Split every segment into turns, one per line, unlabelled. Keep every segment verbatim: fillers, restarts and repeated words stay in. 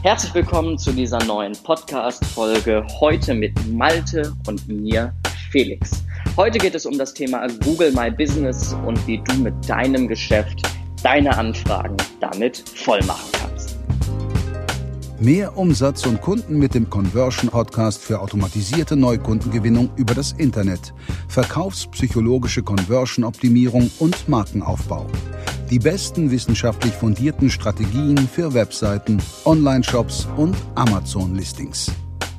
Herzlich willkommen zu dieser neuen Podcast-Folge, heute mit Malte und mir, Felix. Heute geht es um das Thema Google My Business und wie du mit deinem Geschäft deine Anfragen damit voll machen kannst.
Mehr Umsatz und Kunden mit dem Conversion-Podcast für automatisierte Neukundengewinnung über das Internet, verkaufspsychologische Conversion-Optimierung und Markenaufbau. Die besten wissenschaftlich fundierten Strategien für Webseiten, Online-Shops und Amazon-Listings.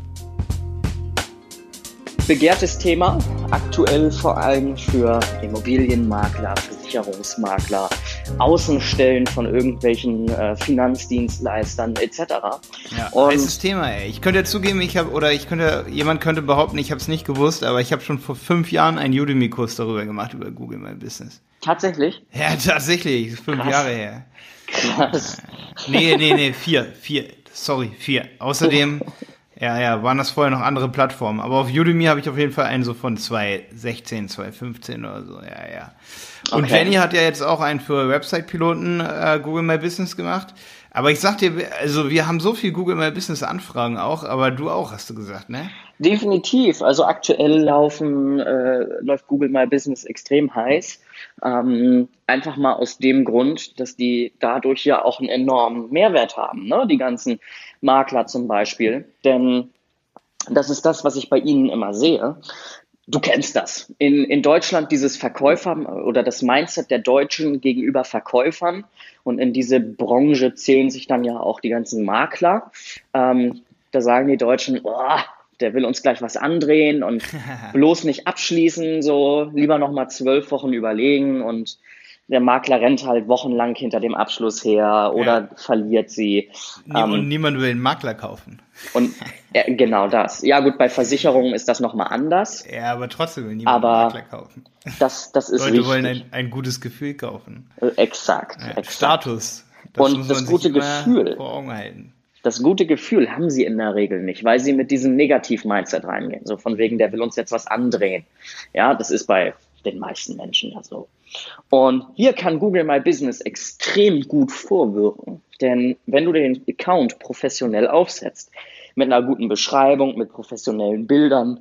Begehrtes Thema, aktuell vor allem für Immobilienmakler, Versicherungsmakler, Außenstellen von irgendwelchen äh, Finanzdienstleistern et cetera.
Ja, und heißes Thema, ey. Ich könnte ja zugeben, ich habe oder ich könnte, jemand könnte behaupten, ich habe es nicht gewusst, aber ich habe schon vor fünf Jahren einen Udemy-Kurs darüber gemacht, über Google My Business.
Tatsächlich?
Ja, tatsächlich, fünf
Krass.
Jahre her.
Krass.
Nee, nee, nee, vier, vier, sorry, vier. Außerdem, ja, ja, waren das vorher noch andere Plattformen, aber auf Udemy habe ich auf jeden Fall einen so von zwanzig sechzehn, zwanzig fünfzehn oder so, ja, ja. Und
Okay.
Jenny hat ja jetzt auch einen für Website-Piloten äh, Google My Business gemacht. Aber ich sag dir, also wir haben so viel Google My Business Anfragen auch, aber du auch, hast du gesagt, ne?
Definitiv. Also aktuell laufen, äh, läuft Google My Business extrem heiß. Ähm, einfach mal aus dem Grund, dass die dadurch ja auch einen enormen Mehrwert haben, ne? Die ganzen Makler zum Beispiel. Denn das ist das, was ich bei ihnen immer sehe. Du kennst das. In, in Deutschland dieses Verkäufer oder das Mindset der Deutschen gegenüber Verkäufern, und in diese Branche zählen sich dann ja auch die ganzen Makler. Ähm, da sagen die Deutschen, oh, der will uns gleich was andrehen und bloß nicht abschließen, so lieber nochmal zwölf Wochen überlegen, und der Makler rennt halt wochenlang hinter dem Abschluss her oder
Ja.
verliert sie.
Nie,
Ähm,
und niemand will einen Makler kaufen.
und äh, genau das. Ja gut, bei Versicherungen ist das nochmal anders.
Ja, aber trotzdem will niemand
Aber
einen Makler kaufen.
Das, das ist
Leute
richtig.
wollen ein, ein gutes Gefühl kaufen.
Äh, Exakt,
Ja,
exakt.
Status. Das
Und
muss
das
man
gute
sich immer
Gefühl.
vor Augen halten.
Das gute Gefühl haben sie in der Regel nicht, weil sie mit diesem Negativ-Mindset reingehen. So von wegen, der will uns jetzt was andrehen. Ja, das ist bei den meisten Menschen ja so. Und hier kann Google My Business extrem gut vorwirken. Denn wenn du den Account professionell aufsetzt, mit einer guten Beschreibung, mit professionellen Bildern,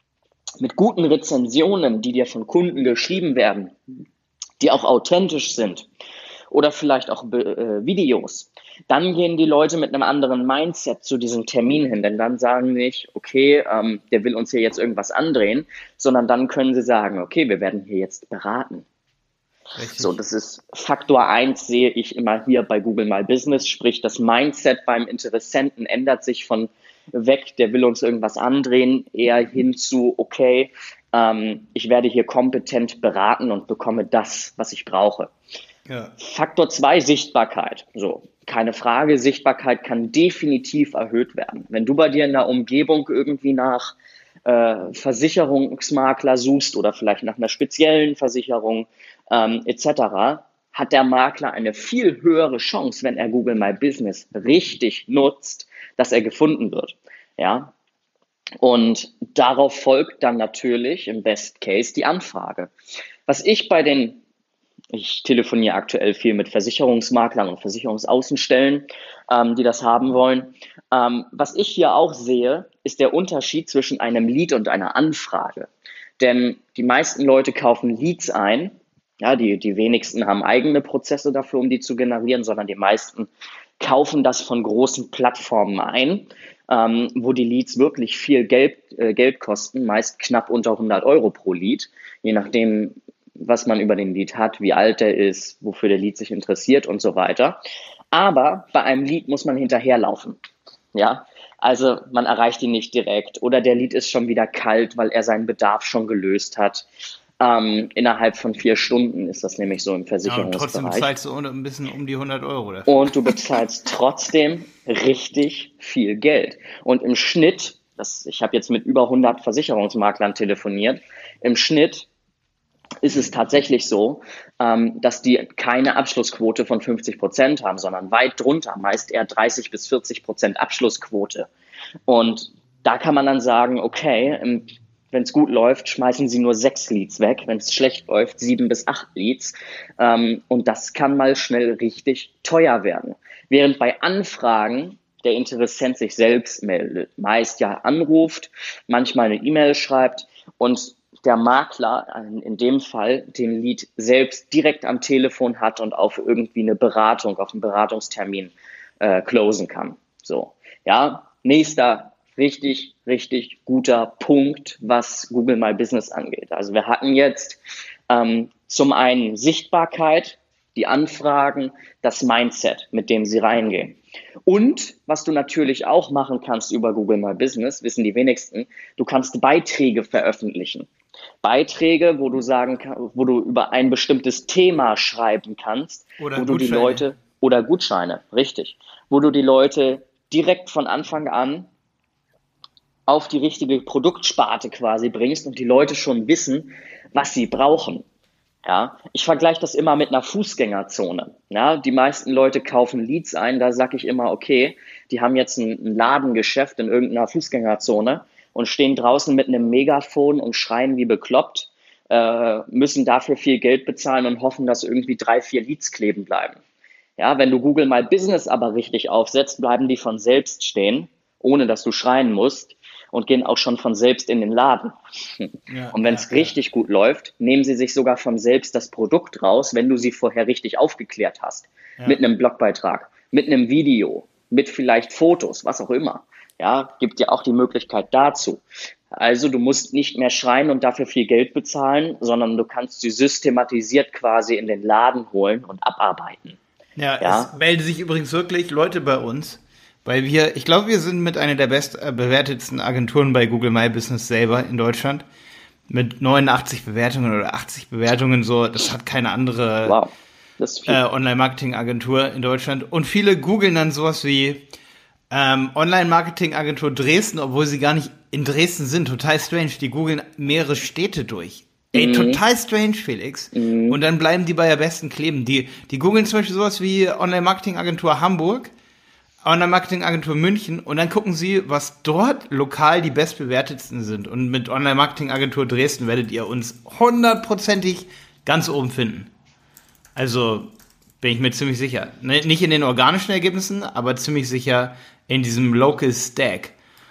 mit guten Rezensionen, die dir von Kunden geschrieben werden, die auch authentisch sind, oder vielleicht auch äh, Videos, dann gehen die Leute mit einem anderen Mindset zu diesem Termin hin, denn dann sagen sie nicht, okay, ähm, der will uns hier jetzt irgendwas andrehen, sondern dann können sie sagen, okay, wir werden hier jetzt beraten.
Richtig.
So, das ist Faktor eins, sehe ich immer hier bei Google My Business, sprich das Mindset beim Interessenten ändert sich von weg, der will uns irgendwas andrehen, eher hin zu, okay, ähm, ich werde hier kompetent beraten und bekomme das, was ich brauche.
Ja.
Faktor zwei, Sichtbarkeit. So, keine Frage, Sichtbarkeit kann definitiv erhöht werden. Wenn du bei dir in der Umgebung irgendwie nach äh, Versicherungsmakler suchst oder vielleicht nach einer speziellen Versicherung ähm, et cetera, hat der Makler eine viel höhere Chance, wenn er Google My Business richtig nutzt, dass er gefunden wird. Ja, und darauf folgt dann natürlich im Best Case die Anfrage. Was ich bei den Ich telefoniere aktuell viel mit Versicherungsmaklern und Versicherungsaußenstellen, ähm, die das haben wollen. Ähm, was ich hier auch sehe, ist der Unterschied zwischen einem Lead und einer Anfrage. Denn die meisten Leute kaufen Leads ein. Ja, die, die wenigsten haben eigene Prozesse dafür, um die zu generieren, sondern die meisten kaufen das von großen Plattformen ein, ähm, wo die Leads wirklich viel Geld, äh, Geld kosten, meist knapp unter hundert Euro pro Lead, je nachdem, was man über den Lead hat, wie alt er ist, wofür der Lead sich interessiert und so weiter. Aber bei einem Lead muss man hinterherlaufen. Ja, also man erreicht ihn nicht direkt oder der Lead ist schon wieder kalt, weil er seinen Bedarf schon gelöst hat. Ähm, innerhalb von vier Stunden ist das nämlich so im
Ja, und
Versicherungsbereich.
trotzdem zahlst du ein bisschen um die hundert Euro dafür.
Und du bezahlst trotzdem richtig viel Geld. Und im Schnitt, das, ich habe jetzt mit über hundert Versicherungsmaklern telefoniert, im Schnitt ist es tatsächlich so, ähm, dass die keine Abschlussquote von fünfzig Prozent haben, sondern weit drunter, meist eher dreißig bis vierzig Prozent Abschlussquote. Und da kann man dann sagen, okay, im Wenn es gut läuft, schmeißen sie nur sechs Leads weg. Wenn es schlecht läuft, sieben bis acht Leads. Ähm, und das kann mal schnell richtig teuer werden. Während bei Anfragen der Interessent sich selbst meldet. Meist ja anruft, manchmal eine E-Mail schreibt und der Makler in dem Fall den Lead selbst direkt am Telefon hat und auf irgendwie eine Beratung, auf einen Beratungstermin äh, closen kann. So, ja, nächster richtig, richtig guter Punkt, was Google My Business angeht. Also wir hatten jetzt ähm, zum einen Sichtbarkeit, die Anfragen, das Mindset, mit dem sie reingehen. Und was du natürlich auch machen kannst über Google My Business, wissen die wenigsten, du kannst Beiträge veröffentlichen. Beiträge, wo du sagen kann, wo du über ein bestimmtes Thema schreiben kannst,
oder
wo du die Leute oder Gutscheine, richtig, wo du die Leute direkt von Anfang an auf die richtige Produktsparte quasi bringst und die Leute schon wissen, was sie brauchen. Ja, ich vergleiche das immer mit einer Fußgängerzone. Ja, die meisten Leute kaufen Leads ein, da sage ich immer, okay, die haben jetzt ein, ein Ladengeschäft in irgendeiner Fußgängerzone und stehen draußen mit einem Megafon und schreien wie bekloppt, äh, müssen dafür viel Geld bezahlen und hoffen, dass irgendwie drei, vier Leads kleben bleiben. Ja, wenn du Google My Business aber richtig aufsetzt, bleiben die von selbst stehen, ohne dass du schreien musst und gehen auch schon von selbst in den Laden. Ja, und wenn es ja, richtig ja. gut läuft, nehmen sie sich sogar von selbst das Produkt raus, wenn du sie vorher richtig aufgeklärt hast. Ja. Mit einem Blogbeitrag, mit einem Video, mit vielleicht Fotos, was auch immer. Ja, gibt ja auch die Möglichkeit dazu. Also du musst nicht mehr schreien und dafür viel Geld bezahlen, sondern du kannst sie systematisiert quasi in den Laden holen und abarbeiten.
Ja, ja? Es melden sich übrigens wirklich Leute bei uns, weil wir, ich glaube, wir sind mit einer der bestbewertetsten Agenturen bei Google My Business selber in Deutschland. Mit neunundachtzig Bewertungen oder achtzig Bewertungen, so, das hat keine andere
wow. das ist viel.
äh, Online-Marketing-Agentur in Deutschland. Und viele googeln dann sowas wie ähm, Online-Marketing-Agentur Dresden, obwohl sie gar nicht in Dresden sind. Total strange. Die googeln mehrere Städte durch. Ey, mhm. total strange, Felix. Mhm. Und dann bleiben die bei der besten kleben. Die, die googeln zum Beispiel sowas wie Online-Marketing-Agentur Hamburg, Online-Marketing-Agentur München und dann gucken sie, was dort lokal die bestbewertetsten sind. Und mit Online-Marketing-Agentur Dresden werdet ihr uns hundertprozentig ganz oben finden. Also bin ich mir ziemlich sicher. Nicht in den organischen Ergebnissen, aber ziemlich sicher in diesem Local Stack.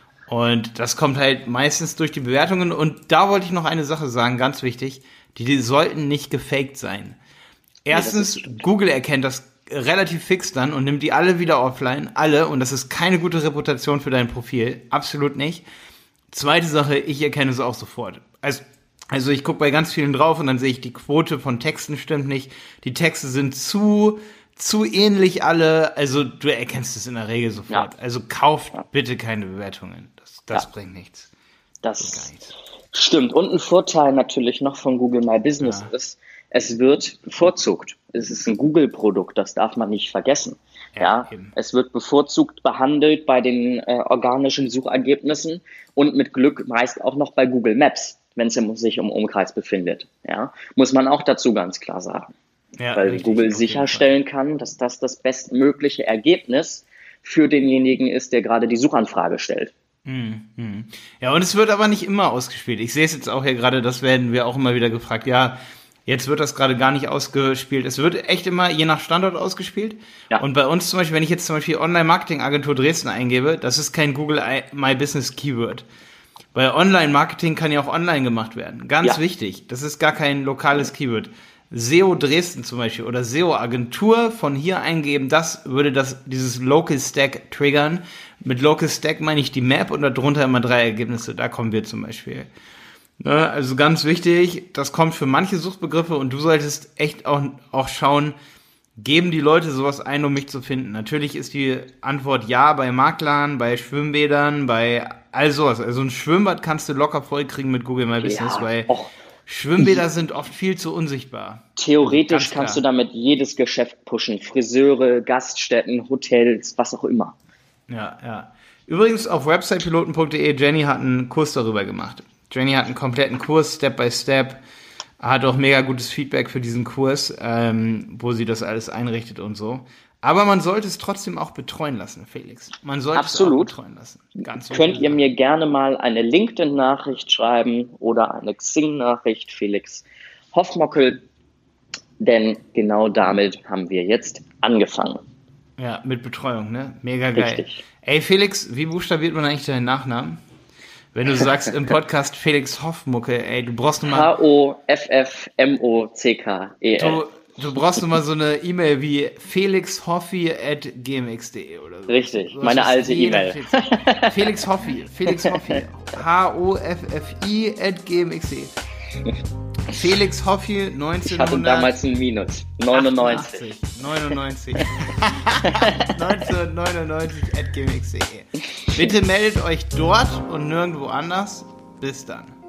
Und das kommt halt meistens durch die Bewertungen. Und da wollte ich noch eine Sache sagen, ganz wichtig. Die, die sollten nicht gefaked sein. Erstens, ja, Google erkennt das relativ fix dann und nimmt die alle wieder offline. Alle. Und das ist keine gute Reputation für dein Profil. Absolut nicht. Zweite Sache, ich erkenne es auch sofort. Also, also ich gucke bei ganz vielen drauf und dann sehe ich, die Quote von Texten stimmt nicht. Die Texte sind zu... zu ähnlich alle, also du erkennst es in der Regel sofort. Ja. Also kauft ja. bitte keine Bewertungen. Das, das ja. bringt nichts.
Das, das nichts. Stimmt. Und ein Vorteil natürlich noch von Google My Business ja. ist, es wird bevorzugt. Es ist ein Google-Produkt, das darf man nicht vergessen. Ja, ja. Es wird bevorzugt behandelt bei den äh, organischen Suchergebnissen und mit Glück meist auch noch bei Google Maps, wenn es sich im Umkreis befindet. Ja, muss man auch dazu ganz klar sagen. Ja, weil richtig, Google sicherstellen kann, dass das das bestmögliche Ergebnis für denjenigen ist, der gerade die Suchanfrage stellt.
Mhm. Ja, und es wird aber nicht immer ausgespielt. Ich sehe es jetzt auch hier gerade, das werden wir auch immer wieder gefragt. Ja, jetzt wird das gerade gar nicht ausgespielt. Es wird echt immer je nach Standort ausgespielt. Ja. Und bei uns zum Beispiel, wenn ich jetzt zum Beispiel Online-Marketing-Agentur Dresden eingebe, das ist kein Google My Business Keyword. Bei Online-Marketing kann ja auch online gemacht werden. Ganz ja. wichtig. Das ist gar kein lokales Keyword. S E O Dresden zum Beispiel oder S E O Agentur von hier eingeben, das würde das dieses Local Stack triggern. Mit Local Stack meine ich die Map und darunter immer drei Ergebnisse, da kommen wir zum Beispiel. Ne, also ganz wichtig, das kommt für manche Suchbegriffe und du solltest echt auch, auch schauen, geben die Leute sowas ein, um mich zu finden. Natürlich ist die Antwort ja bei Maklern, bei Schwimmbädern, bei all sowas. Also ein Schwimmbad kannst du locker vollkriegen mit Google My Business, ja, weil... Och. Schwimmbäder sind oft viel zu unsichtbar.
Theoretisch kannst du damit jedes Geschäft pushen. Friseure, Gaststätten, Hotels, was auch immer.
Ja, ja. Übrigens auf websitepiloten punkt de, Jenny hat einen Kurs darüber gemacht. Jenny hat einen kompletten Kurs, Step by Step. Hat auch mega gutes Feedback für diesen Kurs, ähm, wo sie das alles einrichtet und so. Aber man sollte es trotzdem auch betreuen lassen, Felix. Man sollte
Absolut.
es auch betreuen lassen. Ganz
Könnt ihr mir gerne mal eine LinkedIn-Nachricht schreiben oder eine Xing-Nachricht, Felix Hoffmockel, denn genau damit haben wir jetzt angefangen.
Ja, mit Betreuung, ne? Mega geil.
Richtig.
Ey, Felix, wie buchstabiert man eigentlich deinen Nachnamen? Wenn du sagst im Podcast Felix Hoffmucke, ey, du brauchst nochmal...
H O F F M O C K E L.
Du, du brauchst nochmal so eine E-Mail wie felixhoffi at gmx punkt de oder so.
Richtig, meine alte E-Mail.
Felix Hoffi, Felix Hoffi, H O F F I at gmx punkt de. Felix Hoffi, neunzehnhundert...
Ich hatte damals ein Minus. neunundneunzig.
neunundneunzig. neunzehnhundertneunundneunzig at gmx punkt de. Bitte meldet euch dort und nirgendwo anders. Bis dann.